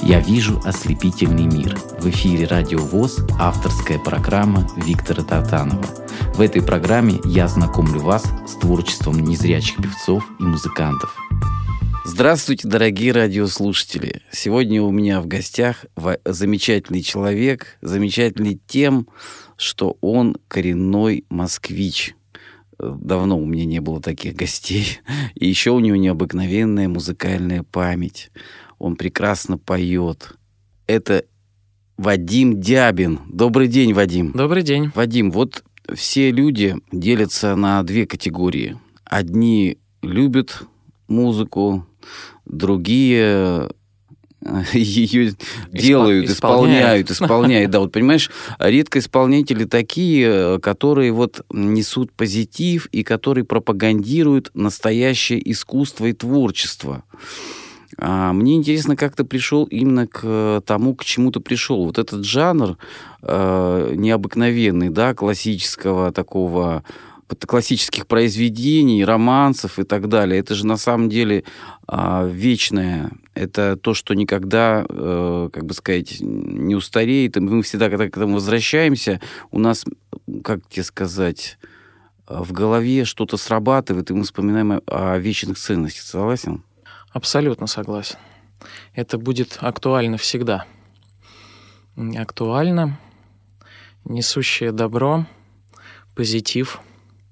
Я вижу ослепительный мир. В эфире Радио ВОС авторская программа Виктора Тартанова. В этой программе я знакомлю вас с творчеством незрячих певцов и музыкантов. Здравствуйте, дорогие радиослушатели! Сегодня у меня в гостях замечательный человек, замечательный тем, что он коренной москвич. Давно у меня не было таких гостей. И еще у него необыкновенная музыкальная память. Он прекрасно поет. Это Вадим Дябин. Добрый день, Вадим. Добрый день. Вадим, вот все люди делятся на две категории. Одни любят музыку, другие ее делают, исполняют. Да, вот понимаешь, редко исполнители такие, которые вот несут позитив и которые пропагандируют настоящее искусство и творчество. Мне интересно, как ты пришел именно к тому, к чему ты пришел. Вот этот жанр необыкновенный, да, классического такого, классических произведений, романсов и так далее. Это же на самом деле вечное. Это то, что никогда, как бы сказать, не устареет. И мы всегда, когда к этому возвращаемся, у нас, как тебе сказать, в голове что-то срабатывает, и мы вспоминаем о вечных ценностях. Согласен? Абсолютно согласен. Это будет актуально всегда. Актуально, несущее добро, позитив,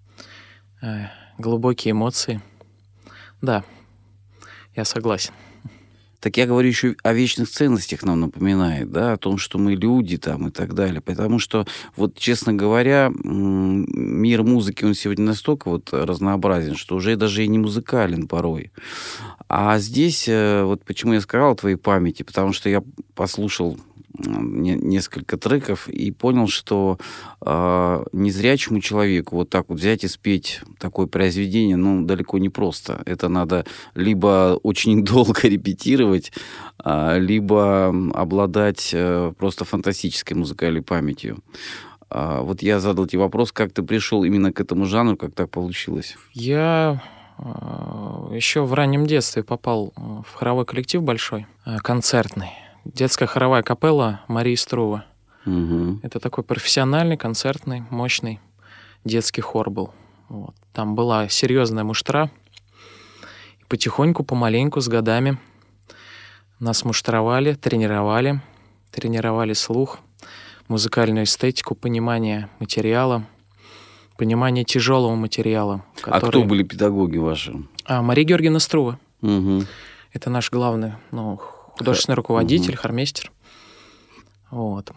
глубокие эмоции. Да, я согласен. Так я говорю еще о вечных ценностях, нам напоминает, да, о том, что мы люди там и так далее. Потому что, вот, честно говоря, мир музыки, он сегодня настолько вот разнообразен, что уже даже и не музыкален порой. А здесь, вот почему я сказал о твоей памяти, потому что я послушал несколько треков и понял, что незрячему человеку вот так вот взять и спеть такое произведение, ну, далеко не просто. Это надо либо очень долго репетировать, либо обладать просто фантастической музыкальной памятью. Вот я задал тебе вопрос, как ты пришел именно к этому жанру, как так получилось? Я еще в раннем детстве попал в хоровой коллектив большой, концертный. Детская хоровая капелла Марии Струве. Угу. Это такой профессиональный, концертный, мощный детский хор был. Вот. Там была серьезная муштра. И потихоньку, помаленьку, с годами нас муштровали, тренировали слух, музыкальную эстетику, понимание материала, понимание тяжелого материала. А кто были педагоги ваши? Мария Георгиевна Струве. Угу. Это наш главный, художественный руководитель, хормейстер. Вот.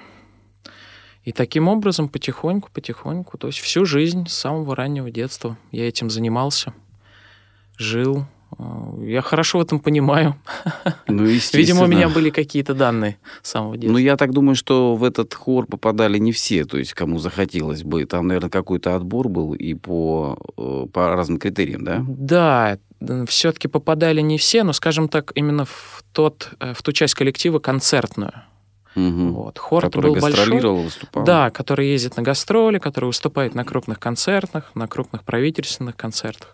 И таким образом потихоньку, то есть всю жизнь с самого раннего детства я этим занимался, жил. Я хорошо в этом понимаю. Ну, видимо, у меня были какие-то данные с самого детства. Ну, я так думаю, что в этот хор попадали не все, то есть кому захотелось бы. Там, наверное, какой-то отбор был и по разным критериям, да? Да, все-таки попадали не все, но, скажем так, именно в ту часть коллектива концертную. Угу. Вот. Хор который был гастролировал, большой. выступал. Да, который ездит на гастроли, который выступает на крупных концертах, на крупных правительственных концертах.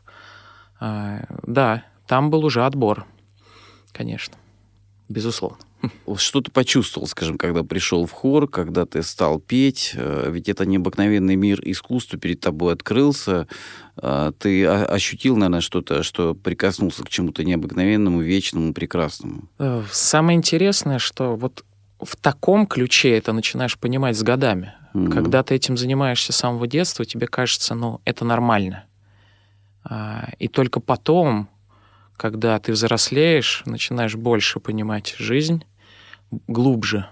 Да, там был уже отбор, конечно, безусловно. Что ты почувствовал, скажем, когда пришел в хор, когда ты стал петь? Ведь это необыкновенный мир искусства перед тобой открылся. Ты ощутил, наверное, что-то, что прикоснулся к чему-то необыкновенному, вечному, прекрасному? Самое интересное, что вот в таком ключе это начинаешь понимать с годами. Mm-hmm. Когда ты этим занимаешься с самого детства, тебе кажется, это нормально. И только потом, когда ты взрослеешь, начинаешь больше понимать жизнь, глубже,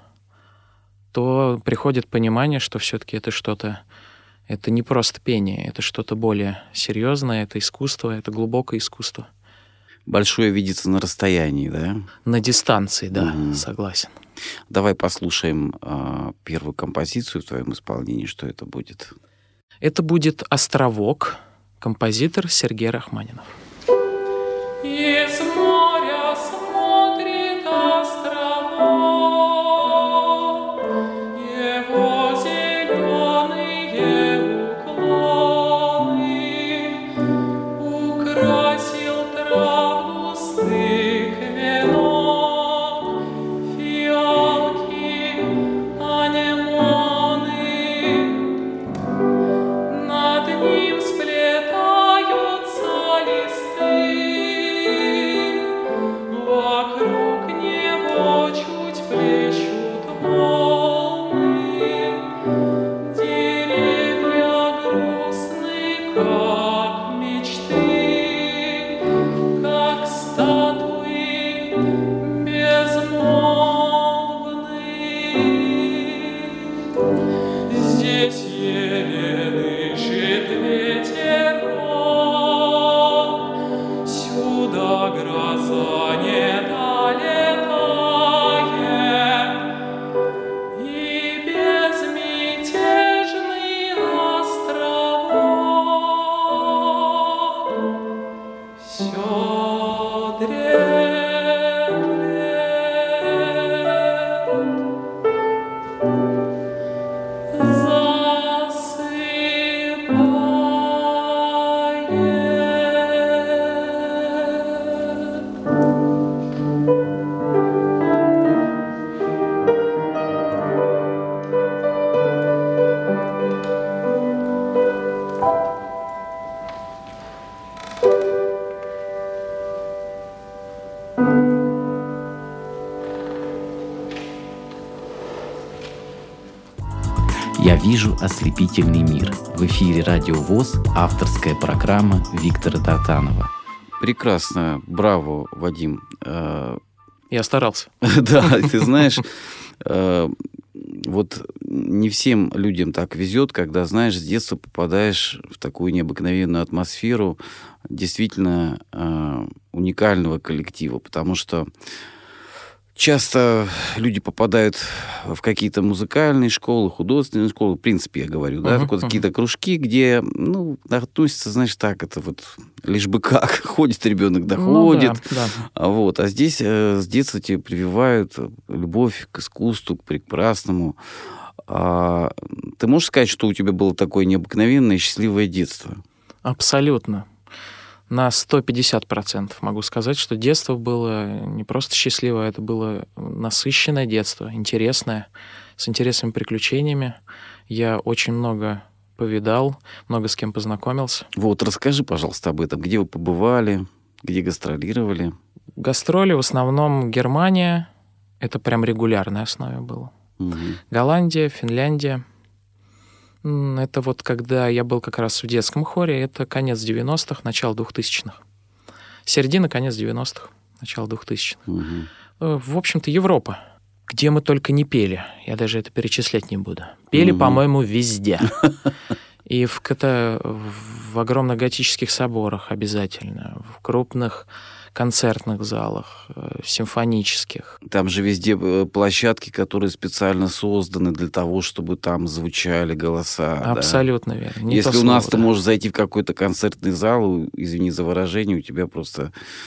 то приходит понимание, что все-таки это что-то, это не просто пение, это что-то более серьезное, это искусство, это глубокое искусство. Большое видится на расстоянии, да? На дистанции, да, согласен. Давай послушаем первую композицию в твоем исполнении, что это будет. Это будет «Островок», композитор Сергей Рахманинов. Из моря смотрит островок, его зеленые уклоны украсил трав густых венок, «Я вижу ослепительный мир». В эфире «Радио ВОС» авторская программа Виктора Тартанова. Прекрасно. Браво, Вадим. Я старался. Да, ты знаешь, вот не всем людям так везет, когда, знаешь, с детства попадаешь в такую необыкновенную атмосферу действительно уникального коллектива, потому что часто люди попадают в какие-то музыкальные школы, художественные школы, в принципе, я говорю, да, в какие-то кружки, где, относятся, знаешь, так, это вот лишь бы как, ходит ребенок, доходит. Да. Вот. А здесь с детства тебе прививают любовь к искусству, к прекрасному. Ты можешь сказать, что у тебя было такое необыкновенное и счастливое детство? Абсолютно. На 150% могу сказать, что детство было не просто счастливое, это было насыщенное детство, интересное, с интересными приключениями. Я очень много повидал, много с кем познакомился. Вот, расскажи, пожалуйста, об этом. Где вы побывали, где гастролировали? Гастроли в основном Германия, это прям регулярной основе было. Голландия, Финляндия. Это вот когда я был как раз в детском хоре, это конец 90-х, начало 2000-х. Середина, конец 90-х, начало 2000-х. В общем-то, Европа, где мы только не пели. Я даже это перечислять не буду. Пели, по-моему, везде. И в огромных готических соборах обязательно, в крупных концертных залах, симфонических. Там же везде площадки, которые специально созданы для того, чтобы там звучали голоса. Абсолютно верно. Не Если у нас ты можешь зайти в какой-то концертный зал, извини за выражение, у тебя просто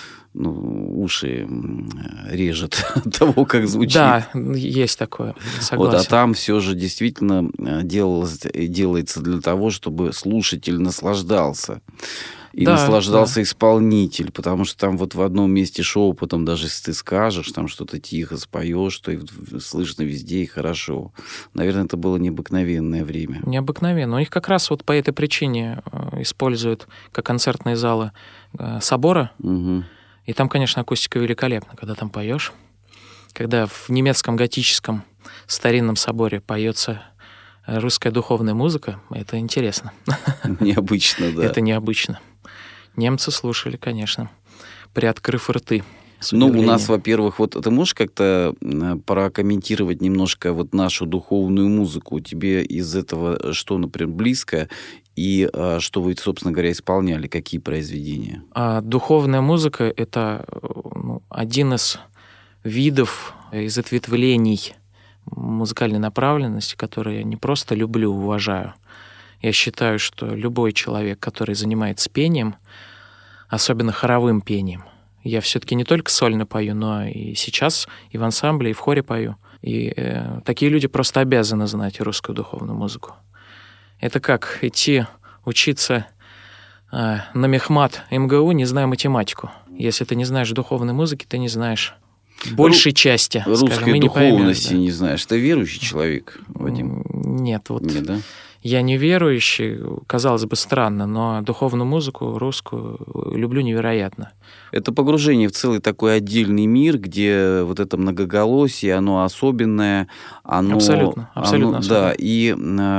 уши режет от того, как звучит. Да, есть такое, согласен. Вот, а там все же действительно делается для того, чтобы слушатель наслаждался. И наслаждался исполнитель, потому что там вот в одном месте шоу, потом даже если ты скажешь, там что-то тихо споешь, то и слышно везде и хорошо. Наверное, это было необыкновенное время. Необыкновенно. У них как раз вот по этой причине используют как концертные залы собора. И там, конечно, акустика великолепна, когда там поешь. Когда в немецком готическом старинном соборе поется русская духовная музыка, это интересно. Необычно, да. Это необычно. Немцы слушали, конечно, приоткрыв рты. У нас, во-первых, вот ты можешь как-то прокомментировать немножко вот нашу духовную музыку? Тебе из этого что, например, близко? И что вы, собственно говоря, исполняли? Какие произведения? Духовная музыка — это один из видов, из ответвлений музыкальной направленности, которые я не просто люблю, уважаю. Я считаю, что любой человек, который занимается пением, особенно хоровым пением, я все-таки не только сольно пою, но и сейчас и в ансамбле, и в хоре пою. И такие люди просто обязаны знать русскую духовную музыку. Это как идти учиться на мехмат МГУ, не зная математику. Если ты не знаешь духовной музыки, ты не знаешь большей части. Русской духовности не знаешь. Ты верующий человек, Вадим? Нет, Нет, да? Я не верующий, казалось бы, странно, но духовную музыку русскую люблю невероятно. Это погружение в целый такой отдельный мир, где вот это многоголосие, оно особенное. Абсолютно особенное. Да, и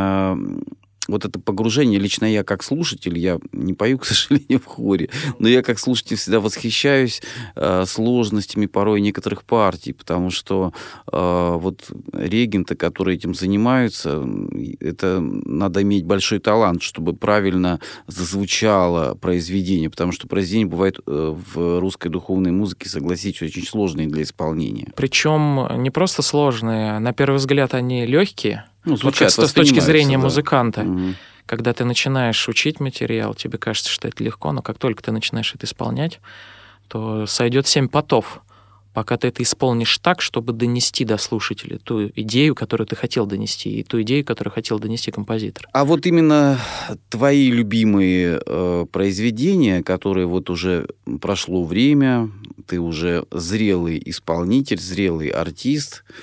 вот это погружение, лично я как слушатель, я не пою, к сожалению, в хоре, но я как слушатель всегда восхищаюсь сложностями порой некоторых партий, потому что вот регенты, которые этим занимаются, это надо иметь большой талант, чтобы правильно зазвучало произведение, потому что произведения бывают в русской духовной музыке, согласитесь, очень сложные для исполнения. Причем не просто сложные, на первый взгляд они легкие, звучат, с точки зрения музыканта. Угу. Когда ты начинаешь учить материал, тебе кажется, что это легко, но как только ты начинаешь это исполнять, то сойдет 7 потов, пока ты это исполнишь так, чтобы донести до слушателя ту идею, которую ты хотел донести, и ту идею, которую хотел донести композитор. А вот именно твои любимые произведения, которые вот уже прошло время, ты уже зрелый исполнитель, зрелый артист,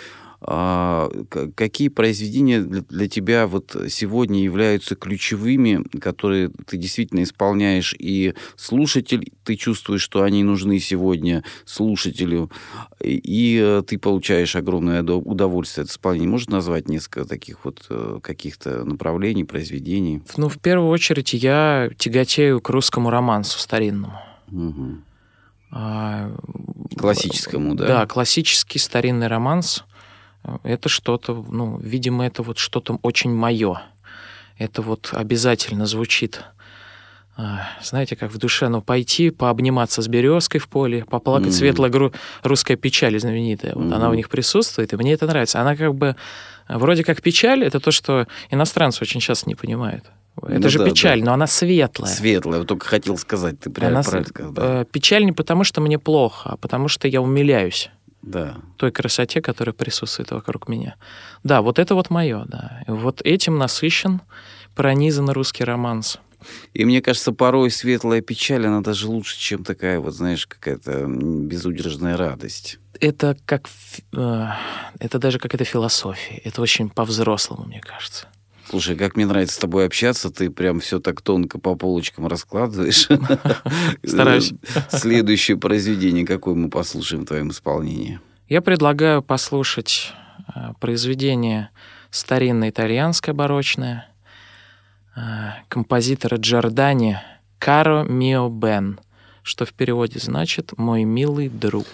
Какие произведения для тебя вот сегодня являются ключевыми, которые ты действительно исполняешь, и слушатель, ты чувствуешь, что они нужны сегодня слушателю, и ты получаешь огромное удовольствие от исполнения. Можешь назвать несколько таких вот каких-то направлений, произведений? Ну, в первую очередь, я тяготею к русскому романсу старинному. Угу. Классическому, да? Да, классический старинный романс. Это что-то, ну, видимо, это вот что-то очень мое. Это вот обязательно звучит, знаете, как в душе, ну, пойти, пообниматься с березкой в поле, поплакать светлая русская печаль знаменитая. Вот она у них присутствует, и мне это нравится. Она как бы, вроде как печаль, это то, что иностранцы очень часто не понимают. Это же печаль, но она светлая. Светлая, вот только хотел сказать, ты правильно сказал. Да. Печаль не потому, что мне плохо, а потому, что я умиляюсь. Да. Той красоте, которая присутствует вокруг меня. Да, вот это вот мое, да. Вот этим насыщен, пронизан русский романс. И мне кажется, порой светлая печаль, она даже лучше, чем такая вот, знаешь, какая-то безудержная радость. Это как... Это даже какая-то философия. Это очень по-взрослому, мне кажется. Слушай, как мне нравится с тобой общаться, ты прям все так тонко по полочкам раскладываешь. Стараюсь. Следующее произведение, какое мы послушаем в твоем исполнении? Я предлагаю послушать произведение старинное итальянское барочное композитора Джордани «Каро мио бен», что в переводе значит «мой милый друг».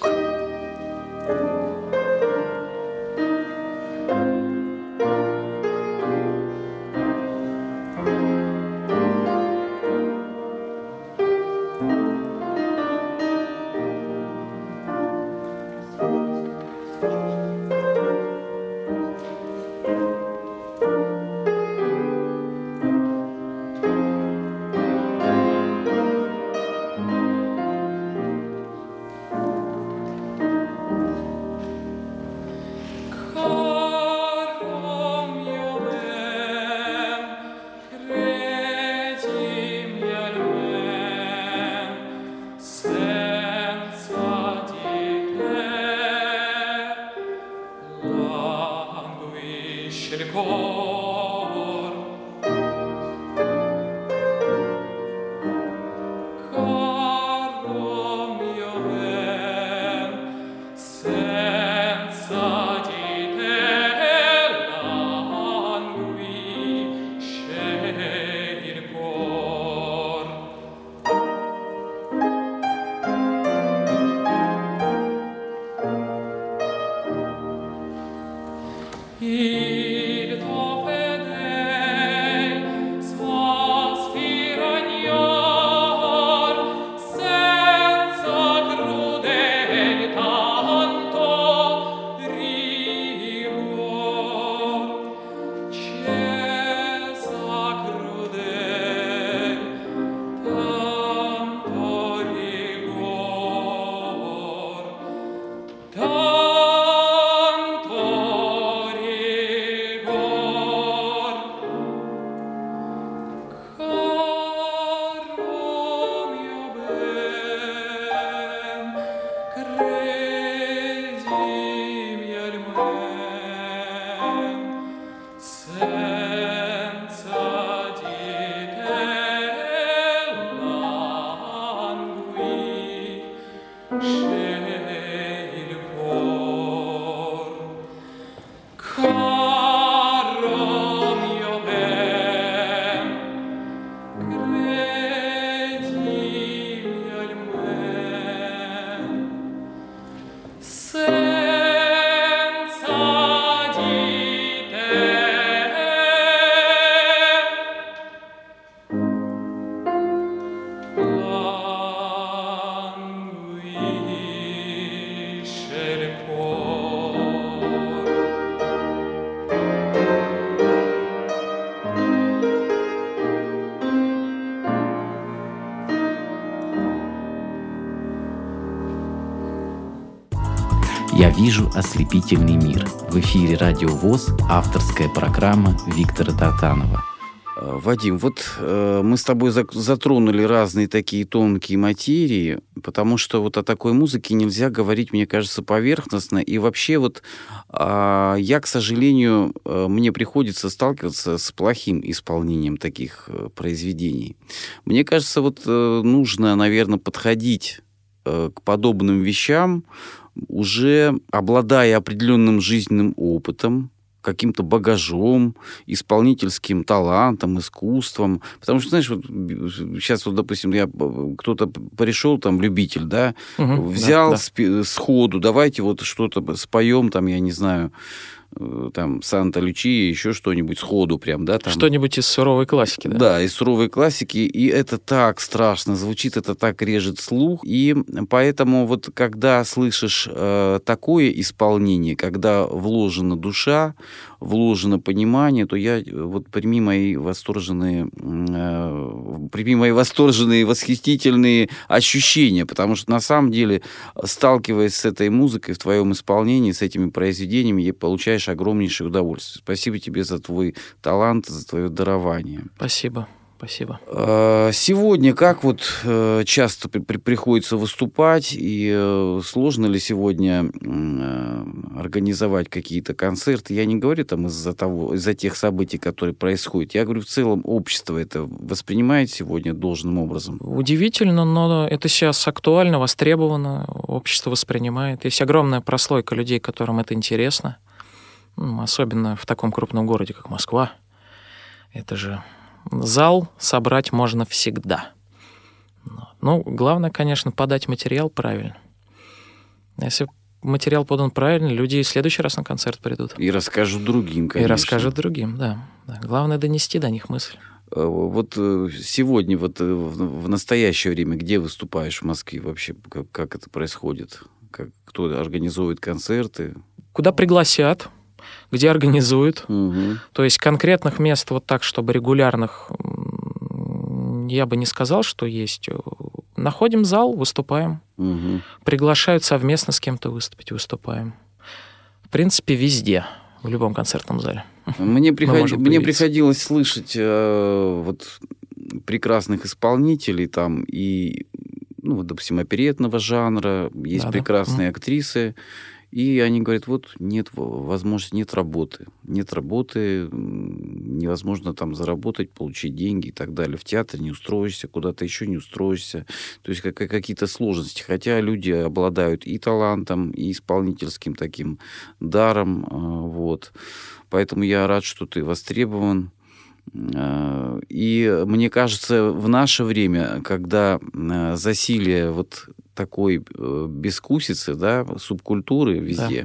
«Я вижу ослепительный мир». В эфире Радио ВОС, авторская программа Виктора Тартанова. Вадим, вот мы с тобой затронули разные такие тонкие материи, потому что вот о такой музыке нельзя говорить, мне кажется, поверхностно. И вообще вот я, к сожалению, мне приходится сталкиваться с плохим исполнением таких произведений. Мне кажется, вот нужно, наверное, подходить к подобным вещам, уже обладая определенным жизненным опытом, каким-то багажом, исполнительским талантом, искусством. Потому что, знаешь, вот сейчас вот, допустим, кто-то пришел, там, любитель, да, взял сходу, давайте вот что-то споем, там, я не знаю, там, Санта-Лючия, еще что-нибудь сходу прям, да? Там. Что-нибудь из суровой классики, да? Да, из суровой классики, и это так страшно звучит, это так режет слух, и поэтому вот когда слышишь такое исполнение, когда вложена душа, вложено понимание, то вот прими мои восторженные, восхитительные ощущения, потому что на самом деле, сталкиваясь с этой музыкой в твоем исполнении, с этими произведениями, я получаешь огромнейшее удовольствие. Спасибо тебе за твой талант, за твое дарование. Спасибо. Спасибо. Сегодня как вот часто приходится выступать, и сложно ли сегодня организовать какие-то концерты? Я не говорю там из-за тех событий, которые происходят. Я говорю, в целом общество это воспринимает сегодня должным образом. Удивительно, но это сейчас актуально, востребовано, общество воспринимает. Есть огромная прослойка людей, которым это интересно, особенно в таком крупном городе, как Москва. Это же... Зал собрать можно всегда. Ну, главное, конечно, подать материал правильно. Если материал подан правильно, люди и в следующий раз на концерт придут. И расскажут другим, конечно. И расскажут другим, да. Главное донести до них мысль. Вот сегодня, вот в настоящее время, где выступаешь в Москве вообще? Как это происходит? Кто организует концерты? Куда пригласят, где организуют. Угу. То есть конкретных мест вот так, чтобы регулярных, я бы не сказал, что есть. Находим зал, выступаем. Угу. Приглашают совместно с кем-то выступить, выступаем. В принципе, везде, в любом концертном зале. Мне приходилось слышать вот прекрасных исполнителей там и, допустим, оперетного жанра, есть прекрасные актрисы. И они говорят, вот нет возможности, нет работы, невозможно там заработать, получить деньги и так далее. В театр не устроишься, куда-то еще не устроишься. То есть какие-то сложности. Хотя люди обладают и талантом, и исполнительским таким даром. Вот. Поэтому я рад, что ты востребован. И мне кажется, в наше время, когда засилие вот такой бескусицы, да, субкультуры везде,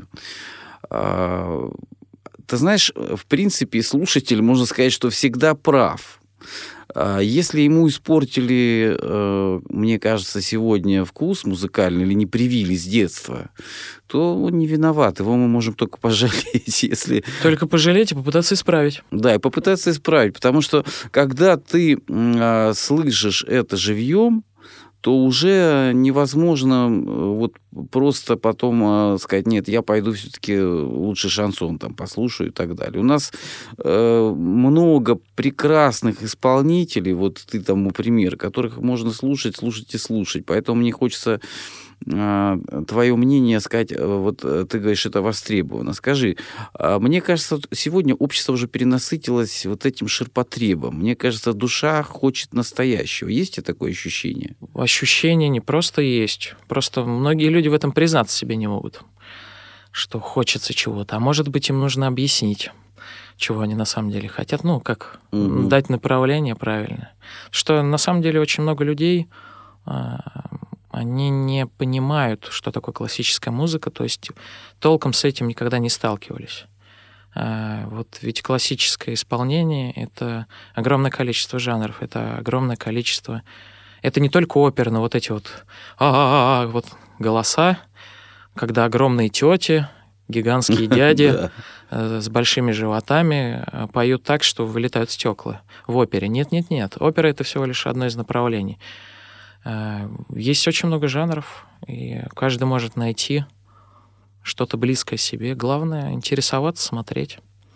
ты знаешь, в принципе, слушатель, можно сказать, что всегда прав. Если ему испортили, мне кажется, сегодня вкус музыкальный или не привили с детства, то он не виноват. Его мы можем только пожалеть, если... Только пожалеть и попытаться исправить. Да, и попытаться исправить. Потому что, когда ты слышишь это живьем, то уже невозможно вот просто потом сказать, нет, я пойду все-таки лучше шансон там послушаю и так далее. У нас много прекрасных исполнителей, вот ты тому пример, которых можно слушать. Поэтому мне хочется твое мнение сказать, вот ты говоришь, это востребовано. Скажи, мне кажется, сегодня общество уже перенасытилось вот этим ширпотребом. Мне кажется, душа хочет настоящего. Есть ли такое ощущение? Ощущение не просто есть. Просто многие люди в этом признаться себе не могут, что хочется чего-то. А может быть, им нужно объяснить, чего они на самом деле хотят. Как дать направление правильно. Что на самом деле очень много людей... Они не понимают, что такое классическая музыка, то есть толком с этим никогда не сталкивались. Вот ведь классическое исполнение — это огромное количество жанров, это огромное количество... Это не только опера, но вот эти вот голоса, когда огромные тети, гигантские дяди с большими животами поют так, что вылетают стекла в опере. Нет. Опера — это всего лишь одно из направлений. Есть очень много жанров, и каждый может найти что-то близкое себе. Главное — интересоваться, смотреть.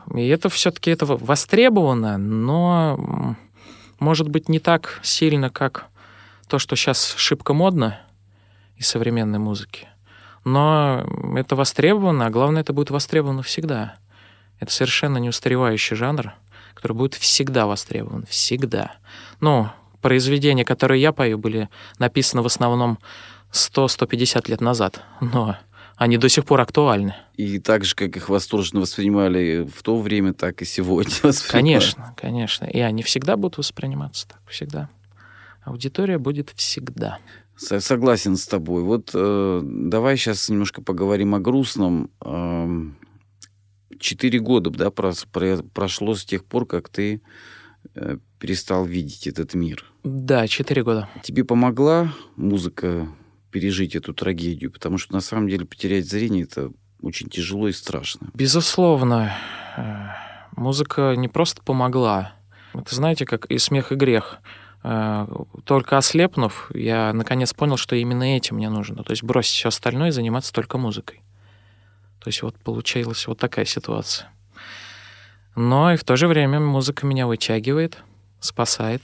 И это все-таки востребовано, но, может быть, не так сильно, как то, что сейчас шибко модно из современной музыки. Но это востребовано, а главное, это будет востребовано всегда. Это совершенно не устаревающий жанр, который будет всегда востребован. Всегда. Ну, произведения, которые я пою, были написаны в основном 100-150 лет назад, но они до сих пор актуальны. И так же, как их восторженно воспринимали в то время, так и сегодня воспринимают. Конечно, конечно. И они всегда будут восприниматься так, всегда. Аудитория будет всегда. Согласен с тобой. Вот давай сейчас немножко поговорим о грустном. 4 года, да, прошло с тех пор, как ты перестал видеть этот мир. Да, 4 года. Тебе помогла музыка пережить эту трагедию? Потому что, на самом деле, потерять зрение — это очень тяжело и страшно. Безусловно. Музыка не просто помогла. Это, знаете, как и смех, и грех. Только ослепнув, я наконец понял, что именно этим мне нужно. То есть бросить все остальное и заниматься только музыкой. То есть вот получилась вот такая ситуация. Но и в то же время музыка меня вытягивает, спасает,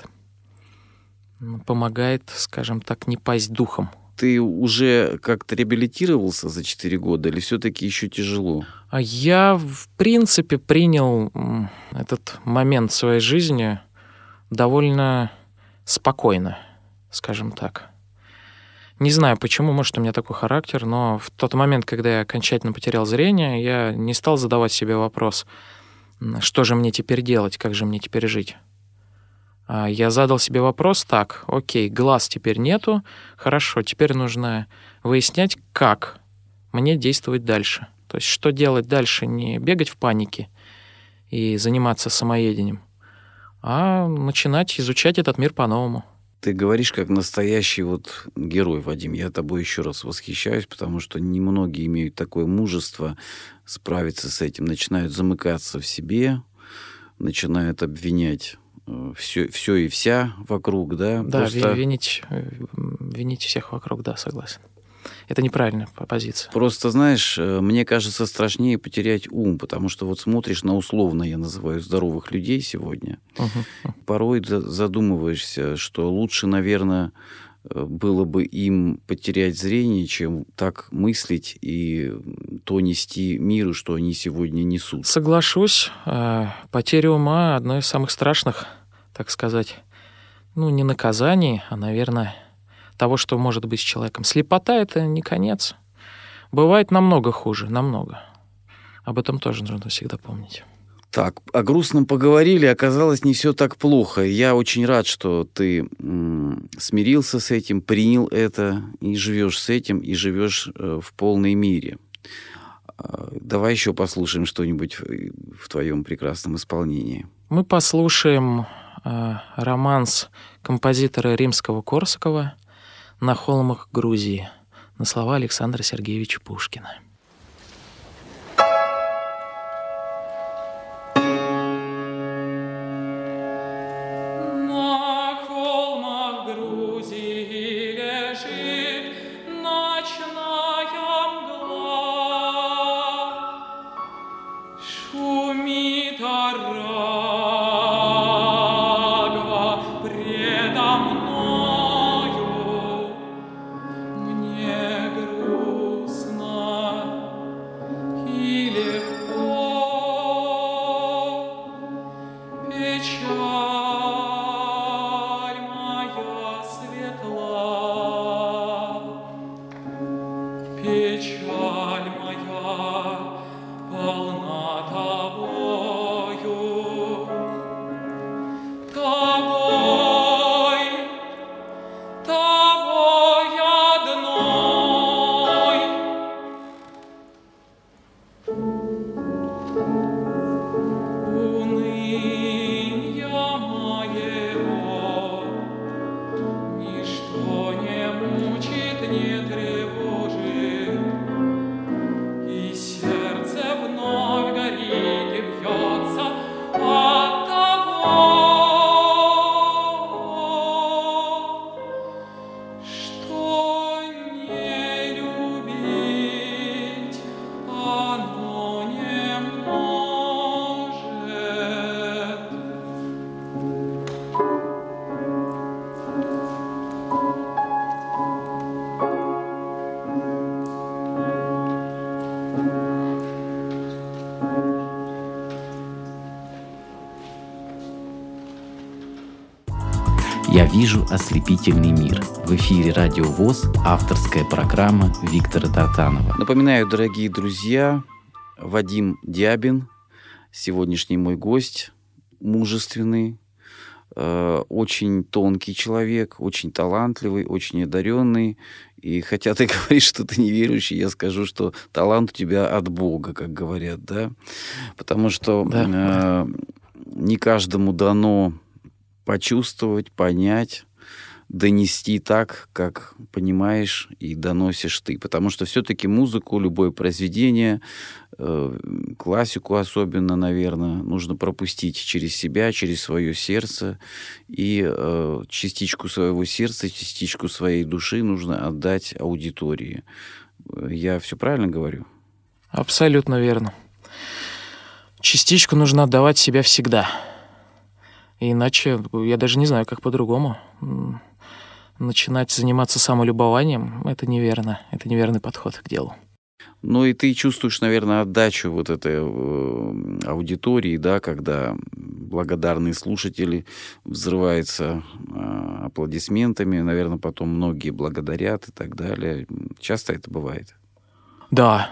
помогает, скажем так, не пасть духом. Ты уже как-то реабилитировался за 4 года или все-таки еще тяжело? Я, в принципе, принял этот момент в своей жизни довольно спокойно, скажем так. Не знаю, почему, может, у меня такой характер, но в тот момент, когда я окончательно потерял зрение, я не стал задавать себе вопрос, что же мне теперь делать, как же мне теперь жить. Я задал себе вопрос так: окей, глаз теперь нету, хорошо, теперь нужно выяснять, как мне действовать дальше. То есть что делать дальше, не бегать в панике и заниматься самоедением, а начинать изучать этот мир по-новому. Ты говоришь как настоящий вот герой, Вадим. Я тобой еще раз восхищаюсь, потому что немногие имеют такое мужество справиться с этим. Начинают замыкаться в себе, начинают обвинять все и вся вокруг, да? Да, Просто... винить всех вокруг, да, согласен. Это неправильная позиция. Просто, знаешь, мне кажется, страшнее потерять ум, потому что вот смотришь на условно, я называю, здоровых людей сегодня, порой задумываешься, что лучше, наверное, было бы им потерять зрение, чем так мыслить и то нести миру, что они сегодня несут. Соглашусь. Потеря ума — одно из самых страшных, так сказать, не наказаний, а, наверное, того, что может быть с человеком. Слепота — это не конец. Бывает намного хуже, намного. Об этом тоже нужно всегда помнить. Так, о грустном поговорили, оказалось, не все так плохо. Я очень рад, что ты смирился с этим, принял это, и живешь с этим, и живешь в полной мере. Давай еще послушаем что-нибудь в твоем прекрасном исполнении. Мы послушаем романс композитора Римского-Корсакова «На холмах Грузии» на слова Александра Сергеевича Пушкина. На холмах Грузии лежит ночная мгла, шумит Арагва предо мною. Мне грустно и легко, печаль моя светла, печаль моя полна тобою, тобой, тобой одной. Унынья моего ничто не мучит, не тревожит, и сердце вновь горит и бьется от того, что не любить оно «Я вижу ослепительный мир». В эфире Радио ВОС, авторская программа Виктора Тартанова. Напоминаю, дорогие друзья, Вадим Дябин, сегодняшний мой гость, мужественный, очень тонкий человек, очень талантливый, очень одаренный. И хотя ты говоришь, что ты неверующий, я скажу, что талант у тебя от Бога, как говорят, да? Потому что не каждому дано почувствовать, понять, донести так, как понимаешь и доносишь ты. Потому что все-таки музыку, любое произведение, классику особенно, наверное, нужно пропустить через себя, через свое сердце. И частичку своего сердца, частичку своей души нужно отдать аудитории. Я все правильно говорю? Абсолютно верно. Частичку нужно отдавать себя всегда. Иначе я даже не знаю, как по-другому. Начинать заниматься самолюбованием — это неверно. Это неверный подход к делу. Ну и ты чувствуешь, наверное, отдачу вот этой аудитории, да, когда благодарные слушатели взрываются аплодисментами, наверное, потом многие благодарят и так далее. Часто это бывает? Да,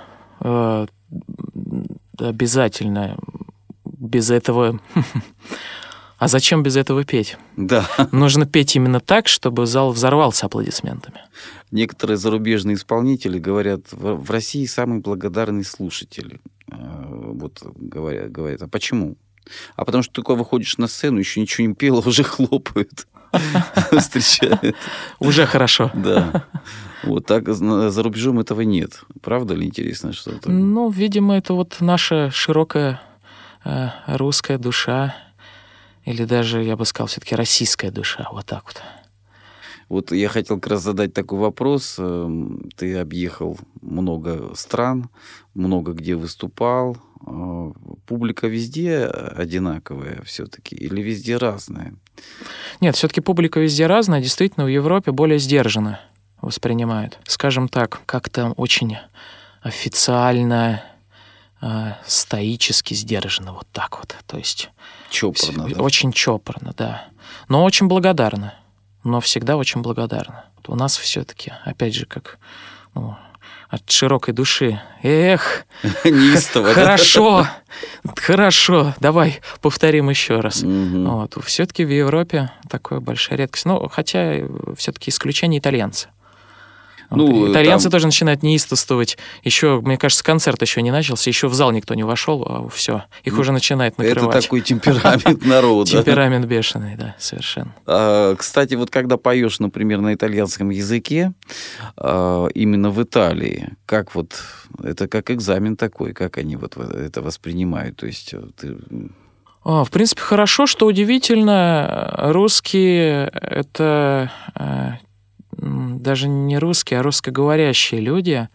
обязательно. Без этого... А зачем без этого петь? Да. Нужно петь именно так, чтобы зал взорвался аплодисментами. Некоторые зарубежные исполнители говорят, в России самые благодарные слушатели. Вот говорят, а почему? А потому что только выходишь на сцену, еще ничего не пела, уже хлопают, встречают. Уже хорошо. Да. Вот так за рубежом этого нет. Правда ли интересно что-то? Ну, видимо, это вот наша широкая русская душа, или даже, я бы сказал, все-таки российская душа, вот так вот. Вот я хотел как раз задать такой вопрос. Ты объехал много стран, много где выступал. Публика везде одинаковая все-таки или везде разная? Нет, все-таки публика везде разная. Действительно, в Европе более сдержанно воспринимают. Скажем так, как-то очень официально, стоически сдержанно, вот так вот. То есть чопорно, да? Очень чопорно, да. Но очень благодарно. Но всегда очень благодарна. У нас все-таки, опять же, как от широкой души. Эх, неистово. Хорошо, хорошо, давай повторим еще раз. Вот. Все-таки в Европе такая большая редкость. Ну, хотя все-таки исключение итальянцы. Ну, итальянцы тоже начинают неистовствовать. Еще, мне кажется, концерт еще не начался, еще в зал никто не вошел, а все, их уже начинает накрывать. Это такой темперамент народа. Темперамент бешеный, да, совершенно. Кстати, вот когда поешь, например, на итальянском языке, именно в Италии, как вот, это как экзамен такой, как они вот это воспринимают? То есть ты... В принципе, хорошо, что удивительно, русские — это... даже не русские, а русскоговорящие люди,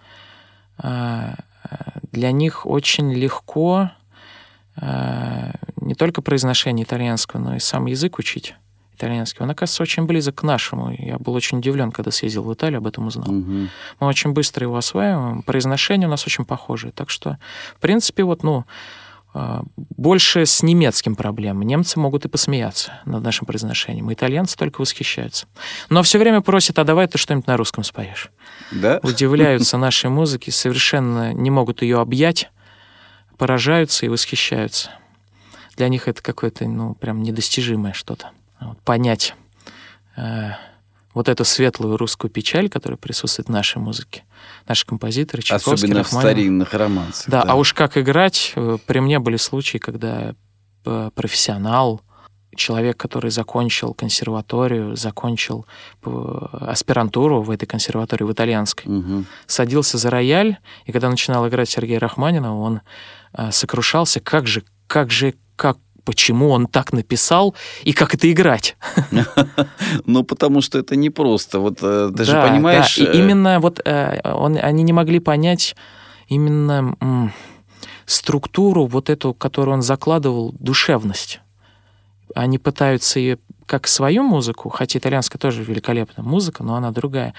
для них очень легко не только произношение итальянского, но и сам язык учить итальянский. Он, оказывается, очень близок к нашему. Я был очень удивлен, когда съездил в Италию, об этом узнал. Мы очень быстро его осваиваем, произношение у нас очень похожее. Так что, в принципе, вот, больше с немецким проблем. Немцы могут и посмеяться над нашим произношением. Итальянцы только восхищаются. Но все время просят, а давай ты что-нибудь на русском споешь. Да? Удивляются нашей музыке, совершенно не могут ее объять, поражаются и восхищаются. Для них это какое-то, прям недостижимое что-то. Вот, понять вот эту светлую русскую печаль, которая присутствует в нашей музыке. Наши композиторы, Чайковский, особенно Рахманинов. в старинных романсах. Да, а уж как играть. При мне были случаи, когда профессионал, человек, который закончил консерваторию, закончил аспирантуру в этой консерватории, в итальянской, садился за рояль, и когда начинал играть Сергей Рахманинов, он сокрушался, почему он так написал и как это играть. Ну, потому что это непросто. Вот ты же понимаешь... Да. И именно вот они не могли понять именно структуру вот эту, которую он закладывал, душевность. Они пытаются ее как свою музыку, хотя итальянская тоже великолепная музыка, но она другая.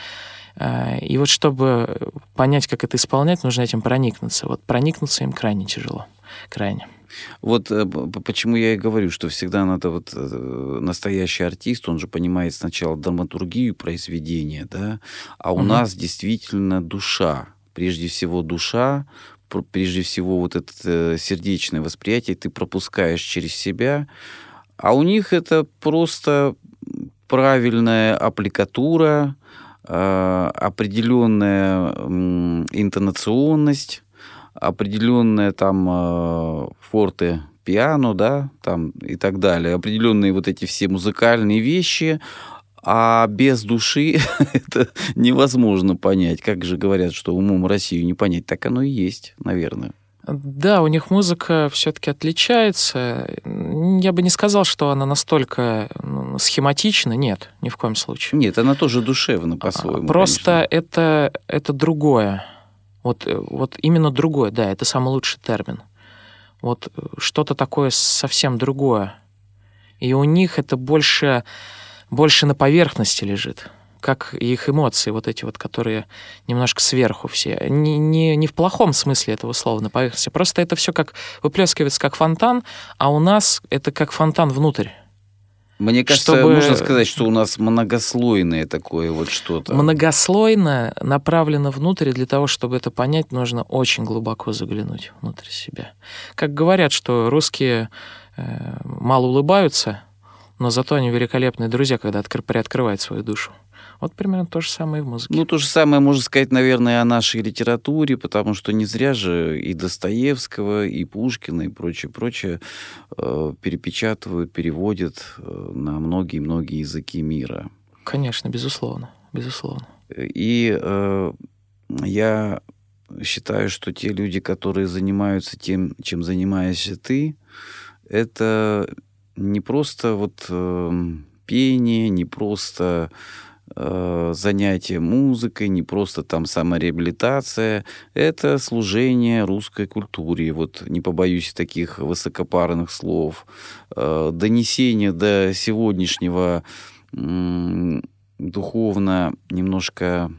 И вот чтобы понять, как это исполнять, нужно этим проникнуться. Вот проникнуться им крайне тяжело. крайне. Вот почему я и говорю, что всегда надо вот настоящий артист, он же понимает сначала драматургию произведения, да, а у нас действительно душа, прежде всего душа, прежде всего вот это сердечное восприятие ты пропускаешь через себя, а у них это просто правильная аппликатура, определенная интонационность, определенное там форте, пиано, да, там и так далее, определенные вот эти все музыкальные вещи, а без души это невозможно понять. Как же говорят, что умом Россию не понять, так оно и есть, наверное. Да, у них музыка все-таки отличается. Я бы не сказал, что она настолько схематична. Нет, ни в коем случае. Нет, она тоже душевна по-своему. Просто это другое. Вот именно другое, да, это самый лучший термин. Вот что-то такое совсем другое. И у них это больше на поверхности лежит, как и их эмоции, вот эти вот, которые немножко сверху все. Не в плохом смысле этого слова, на поверхности. Просто это все как выплескивается как фонтан, а у нас это как фонтан внутрь. Мне кажется, можно сказать, что у нас многослойное такое вот что-то. Многослойно направлено внутрь, и для того, чтобы это понять, нужно очень глубоко заглянуть внутрь себя. Как говорят, что русские мало улыбаются, но зато они великолепные друзья, когда приоткрывают свою душу. Вот примерно то же самое и в музыке. Ну, то же самое можно сказать, наверное, о нашей литературе, потому что не зря же и Достоевского, и Пушкина, и прочее перепечатывают, переводят на многие-многие языки мира. Конечно, безусловно, безусловно. И я считаю, что те люди, которые занимаются тем, чем занимаешься ты, это не просто вот пение, не просто занятие музыкой, не просто там самореабилитация, это служение русской культуре, вот не побоюсь таких высокопарных слов, донесение до сегодняшнего духовно немножко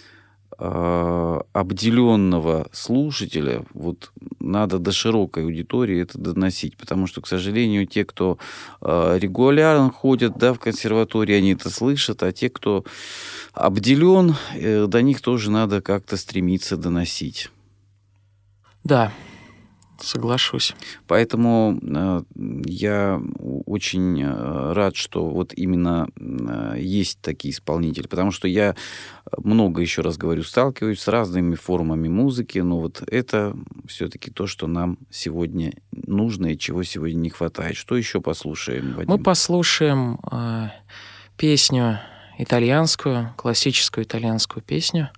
обделенного слушателя, вот надо до широкой аудитории это доносить, потому что, к сожалению, те, кто регулярно ходят, да, в консерватории, они это слышат, а те, кто обделен, до них тоже надо как-то стремиться доносить. Да, соглашусь. Поэтому я очень рад, что вот именно есть такие исполнители, потому что я много, еще раз говорю, сталкиваюсь с разными формами музыки, но вот это все-таки то, что нам сегодня нужно и чего сегодня не хватает. Что еще послушаем, Вадим? Мы послушаем песню итальянскую, классическую итальянскую песню,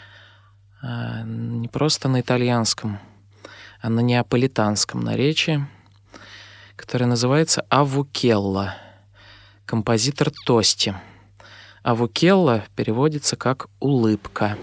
не просто на итальянском, а на неаполитанском наречии, которая называется «Авукелла», композитор Тости. «Авукелла» переводится как «улыбка».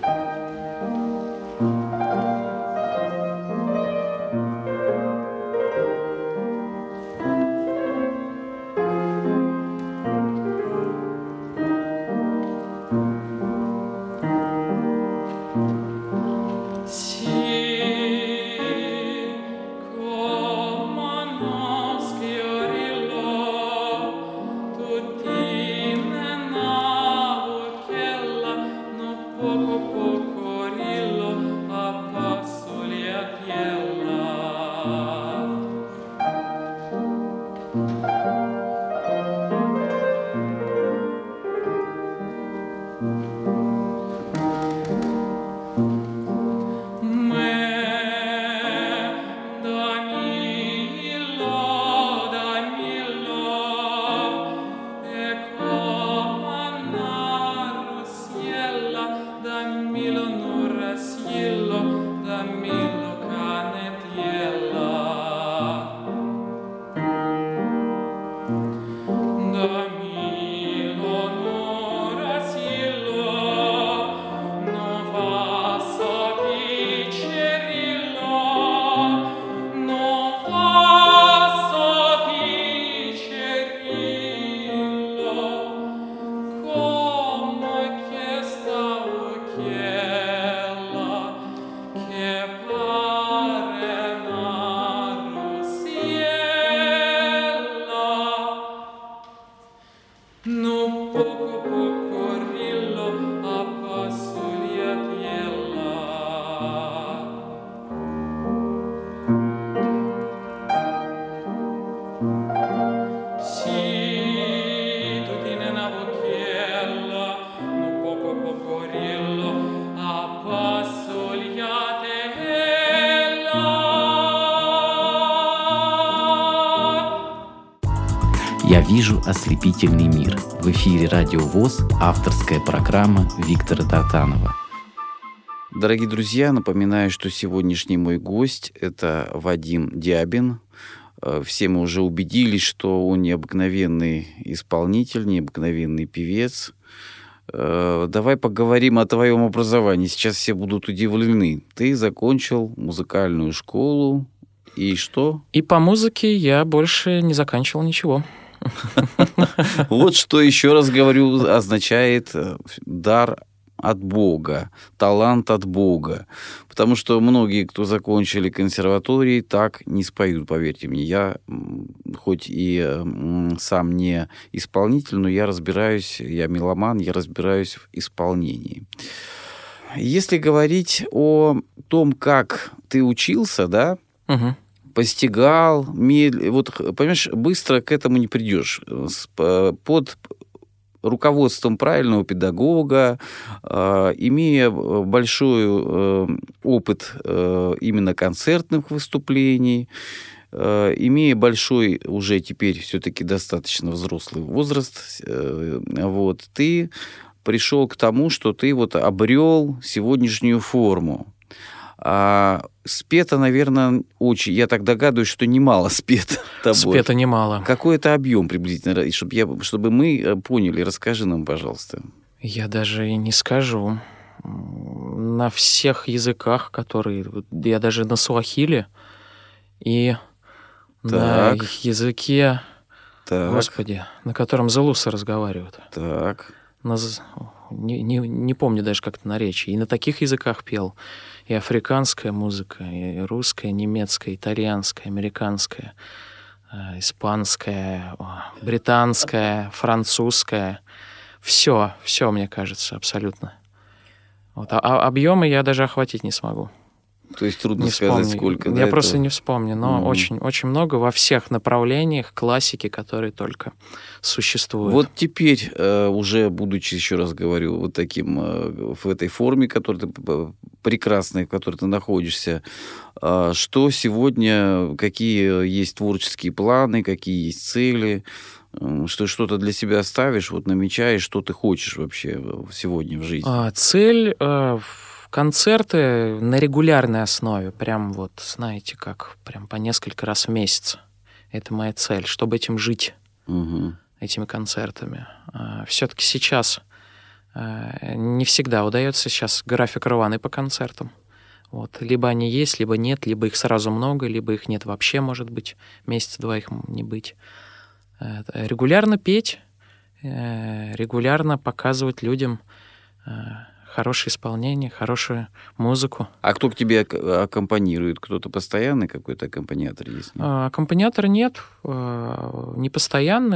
Poco «Я вижу ослепительный мир». В эфире Радио ВОС, авторская программа Виктора Тартанова. Дорогие друзья, напоминаю, что сегодняшний мой гость – это Вадим Дябин. Все мы уже убедились, что он необыкновенный исполнитель, необыкновенный певец. Давай поговорим о твоем образовании. Сейчас все будут удивлены. Ты закончил музыкальную школу. И что? И по музыке я больше не заканчивал ничего. Вот что, еще раз говорю, означает дар от Бога, талант от Бога. Потому что многие, кто закончили консерватории, так не споют, поверьте мне. Я, хоть и сам не исполнитель, но я разбираюсь, я меломан, я разбираюсь в исполнении. Если говорить о том, как ты учился, да, постигал, вот, понимаешь, быстро к этому не придешь. Под руководством правильного педагога, имея большой опыт именно концертных выступлений, имея большой уже теперь все-таки достаточно взрослый возраст, вот, ты пришел к тому, что ты вот обрел сегодняшнюю форму. А спето, наверное, очень... Я так догадываюсь, что немало спето тобой. Спето немало. Какой это объем приблизительно? Чтобы мы поняли, расскажи нам, пожалуйста. Я даже и не скажу. На всех языках, которые... Я даже на суахили и на языке... Господи, на котором зулусы разговаривают. Так. Не помню даже, как это наречие. И на таких языках пел. И африканская музыка, и русская, немецкая, итальянская, американская, испанская, британская, французская. Все, мне кажется, абсолютно. Вот. А объемы я даже охватить не смогу. То есть трудно сказать, сколько. Я просто не вспомню, но очень очень много во всех направлениях классики, которые только существуют. Вот теперь, уже будучи, еще раз говорю, вот таким, в этой форме, прекрасной, в которой ты находишься, что сегодня, какие есть творческие планы, какие есть цели, что что-то для себя ставишь, вот намечаешь, что ты хочешь вообще сегодня в жизни? Цель... Концерты на регулярной основе, прям вот, знаете, как прям по несколько раз в месяц. Это моя цель, чтобы этим жить, этими концертами. Все-таки сейчас не всегда удается сейчас график рваный по концертам. Вот. Либо они есть, либо нет, либо их сразу много, либо их нет вообще, может быть, месяца-два их не быть. Регулярно петь, регулярно показывать людям хорошее исполнение, хорошую музыку. А кто к тебе аккомпанирует? Кто-то постоянный какой-то аккомпаниатор есть? Аккомпаниатора нет, не постоянный,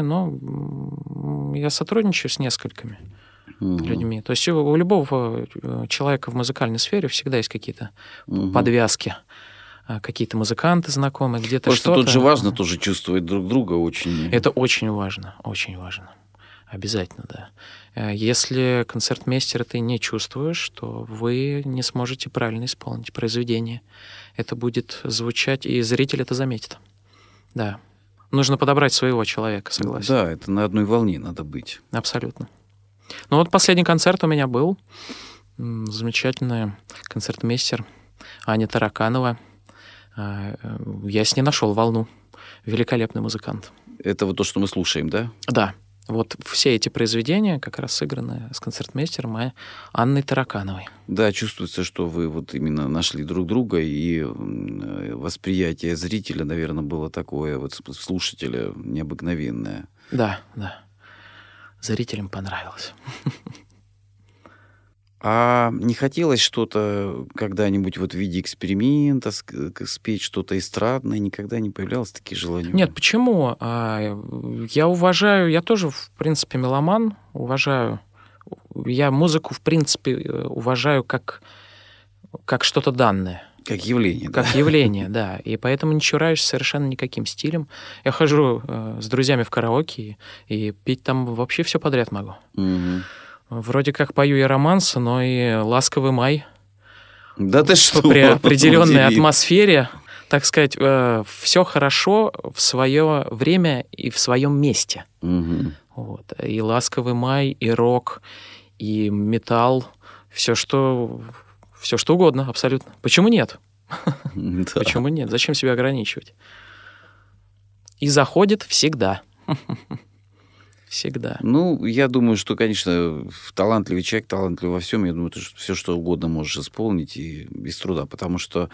но я сотрудничаю с несколькими людьми. То есть у любого человека в музыкальной сфере всегда есть какие-то подвязки. Какие-то музыканты знакомые, где-то просто что-то. Тут же важно тоже чувствовать друг друга очень. Это очень важно, очень важно. Обязательно, да. Если концертмейстера ты не чувствуешь, то вы не сможете правильно исполнить произведение. Это будет звучать, и зритель это заметит. Да. Нужно подобрать своего человека, согласен. Да, это на одной волне надо быть. Абсолютно. Ну вот последний концерт у меня был. Замечательный концертмейстер Аня Тараканова. Я с ней нашел волну. Великолепный музыкант. Это вот то, что мы слушаем, да? Да. Вот все эти произведения как раз сыграны с концертмейстером Анной Таракановой. Да, чувствуется, что вы вот именно нашли друг друга, и восприятие зрителя, наверное, было такое, вот слушателя, необыкновенное. Да. Зрителям понравилось. А не хотелось что-то когда-нибудь вот в виде эксперимента спеть что-то эстрадное? Никогда не появлялось такие желания? Нет, почему? Я уважаю, я тоже, в принципе, меломан, уважаю. Я музыку, в принципе, уважаю как что-то данное. Как явление. Как явление, да. И поэтому не чураюсь совершенно никаким стилем. Я хожу с друзьями в караоке и петь там вообще все подряд могу. Вроде как пою я романсы, но и «Ласковый май». Да ты что? При определенной атмосфере так сказать, все хорошо в свое время и в своем месте. Мгм. Вот. И «Ласковый май», и рок, и металл, все что угодно, абсолютно. Почему нет? Да. Почему нет? Зачем себя ограничивать? И заходит всегда. Всегда. Ну, я думаю, что, конечно, талантливый человек, талантливый во всем, я думаю, ты все что угодно можешь исполнить и без труда, потому что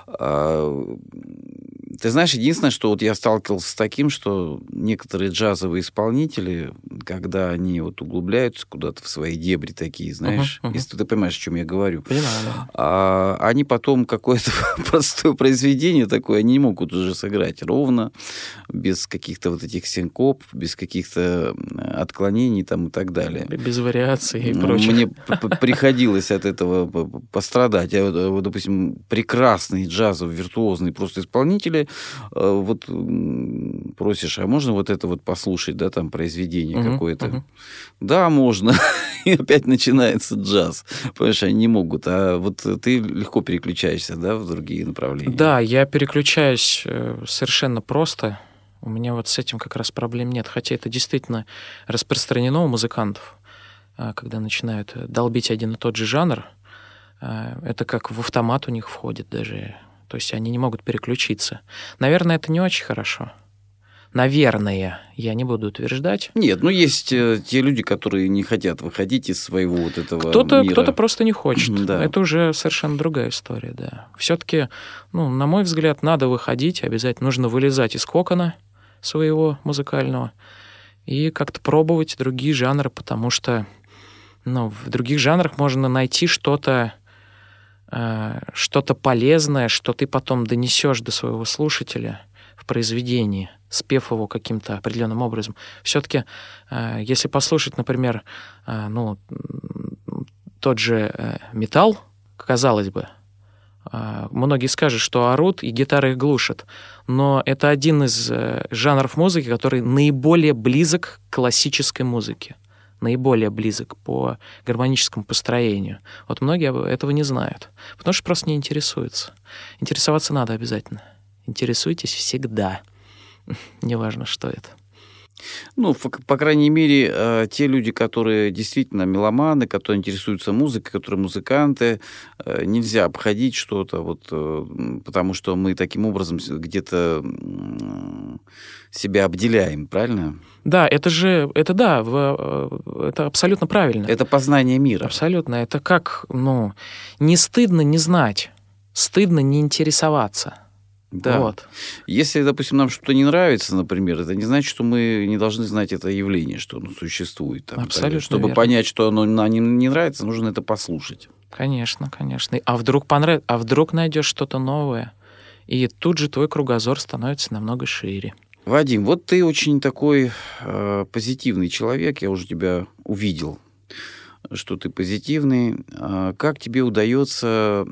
ты знаешь, единственное, что вот я сталкивался с таким, что некоторые джазовые исполнители, когда они вот углубляются куда-то в свои дебри такие, знаешь, Мгм. если ты понимаешь, о чем я говорю, Понимаю, да. они потом какое-то простое произведение такое, они не могут уже сыграть ровно, без каких-то вот этих синкоп, без каких-то отклонений там и так далее. Без вариаций и Ну, прочего. мне приходилось от этого пострадать. Вот, допустим, прекрасные джазовые, виртуозные просто исполнители, вот просишь, а можно вот это вот послушать, да, там произведение Мгм, какое-то? мгм. Да, можно. И опять начинается джаз. Понимаешь, они не могут. А вот ты легко переключаешься, да, в другие направления. Да, я переключаюсь совершенно просто. У меня вот с этим как раз проблем нет. Хотя это действительно распространено у музыкантов, когда начинают долбить один и тот же жанр. Это как в автомат у них входит даже. То есть они не могут переключиться. Наверное, это не очень хорошо. Наверное, я не буду утверждать. Нет, ну есть те люди, которые не хотят выходить из своего вот этого Кто-то мира. просто не хочет. Да. Это уже совершенно другая история, да. Все-таки, на мой взгляд, надо выходить, обязательно нужно вылезать из кокона своего музыкального и как-то пробовать другие жанры, потому что в других жанрах можно найти что-то полезное, что ты потом донесешь до своего слушателя в произведении, спев его каким-то определенным образом. Все-таки, если послушать, например, тот же металл, казалось бы, многие скажут, что орут и гитары их глушат, но это один из жанров музыки, который наиболее близок к классической музыке, наиболее близок по гармоническому построению. Вот многие этого не знают, потому что просто не интересуются. Интересоваться надо обязательно. Интересуйтесь всегда. Неважно, что это. Ну, по крайней мере, те люди, которые действительно меломаны, которые интересуются музыкой, которые музыканты, нельзя обходить что-то, вот, потому что мы таким образом где-то себя обделяем, правильно? Да, это абсолютно правильно. Это познание мира. Абсолютно. Это как, не стыдно не знать, стыдно не интересоваться. Да. Вот. Если, допустим, нам что-то не нравится, например, это не значит, что мы не должны знать это явление, что оно существует. Там, Абсолютно чтобы верно. понять, что оно нам не нравится, нужно это послушать. Конечно, конечно. А вдруг понравится, а вдруг найдешь что-то новое, и тут же твой кругозор становится намного шире. Вадим, вот ты очень такой позитивный человек, я уже тебя увидел, что ты позитивный. Как тебе удается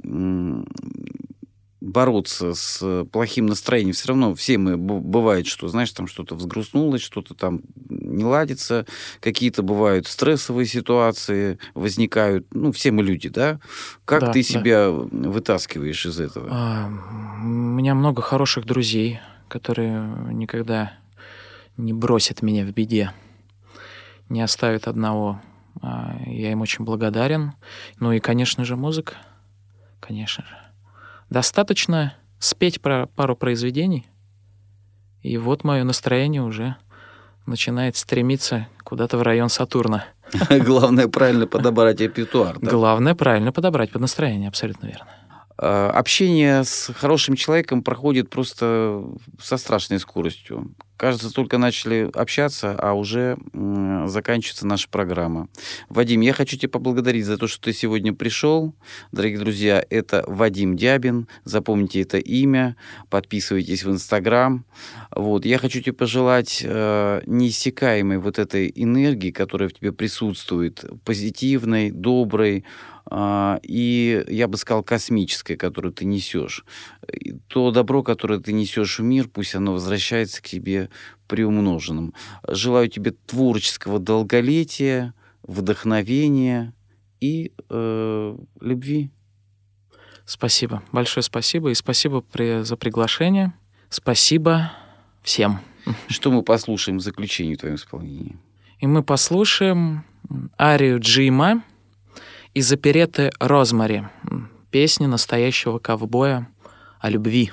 бороться с плохим настроением? Все равно все мы, бывает, что, знаешь, там что-то взгрустнулось, что-то там не ладится, какие-то бывают стрессовые ситуации возникают. Все мы люди, да? Как Да, ты да. себя вытаскиваешь из этого? У меня много хороших друзей, которые никогда не бросят меня в беде, не оставят одного. Я им очень благодарен. Ну и, конечно же, музыка. Конечно же. Достаточно спеть пару произведений, и вот мое настроение уже начинает стремиться куда-то в район Сатурна. Главное правильно подобрать репертуар. Да? Главное правильно подобрать под настроение, абсолютно верно. Общение с хорошим человеком проходит просто со страшной скоростью. Кажется, только начали общаться, а уже заканчивается наша программа. Вадим, я хочу тебя поблагодарить за то, что ты сегодня пришел. Дорогие друзья, это Вадим Дябин. Запомните это имя. Подписывайтесь в Инстаграм. Вот. Я хочу тебе пожелать неиссякаемой вот этой энергии, которая в тебе присутствует, позитивной, доброй, и, я бы сказал, космической, которую ты несешь. И то добро, которое ты несешь в мир, пусть оно возвращается к тебе приумноженным. Желаю тебе творческого долголетия, вдохновения и любви. Спасибо, большое спасибо. И спасибо за приглашение. Спасибо всем. Что мы послушаем в заключении в твоем исполнении? И мы послушаем арию Джима из оперетты «Розмари», песни настоящего ковбоя о любви.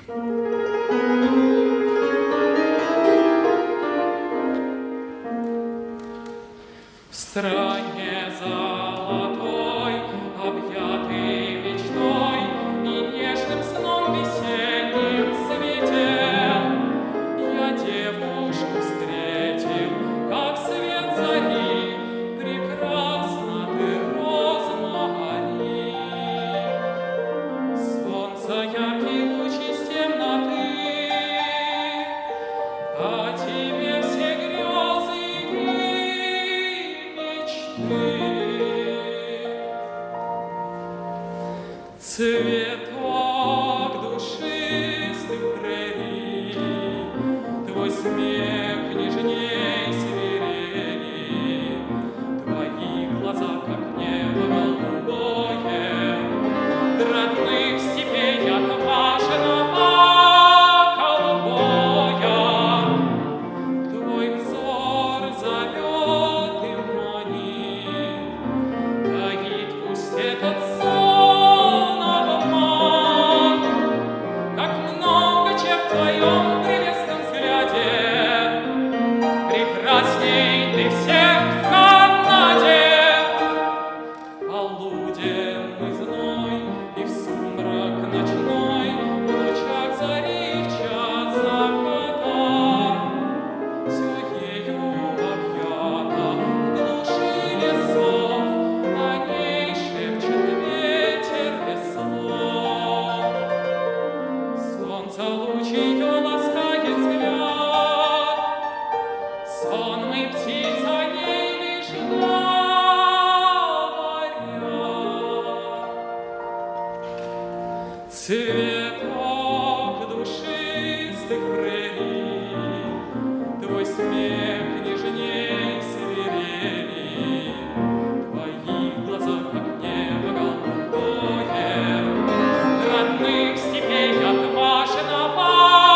В стране золотой, объятый мечтой и нежным сном весенним свете, я девушку встретил, как свет зари, прекрасна ты, розмари. Солнце яркий луч из темноты, а тебе все грезы и мечты. Цветок душистых прерий, твой смех нежней свирели, твои глаза, как небо голубое, родных степей отважного ковбоя. Твой взор зовет и манит, таит пусть этот сон обман. Как много черт в твоем прелестном взгляде, прекрасней ты всех в Канаде. В полуденный зной и в сумрак ночной, в лучах зари, в час заката, всё ею объято, в глуши лесов, о ней шепчет ветер без слов. Солнце луч ее ласкает взгляд, сонмы птиц о ней лишь говорят. Цветок душистых прерий, твой смех нежней свирели, твои глаза, как небо голубое, родных степей отважного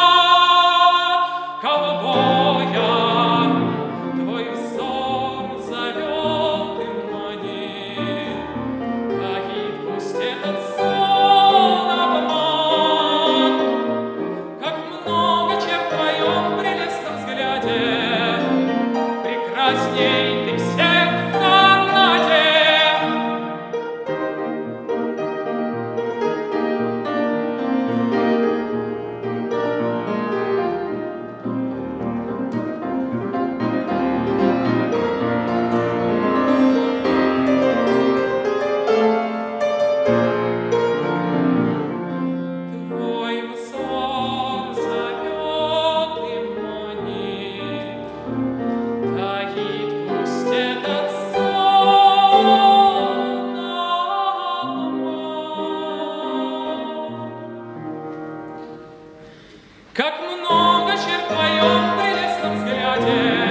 ковбоя. Твой взор зовет и манит, таит пусть этот сон обман. Как много черт в твоем прелестном взгляде, прекрасней ты всех в Канаде. Твой взор зовет и манит, таит пусть этот сон обман. Как много черт в твоем прелестном взгляде,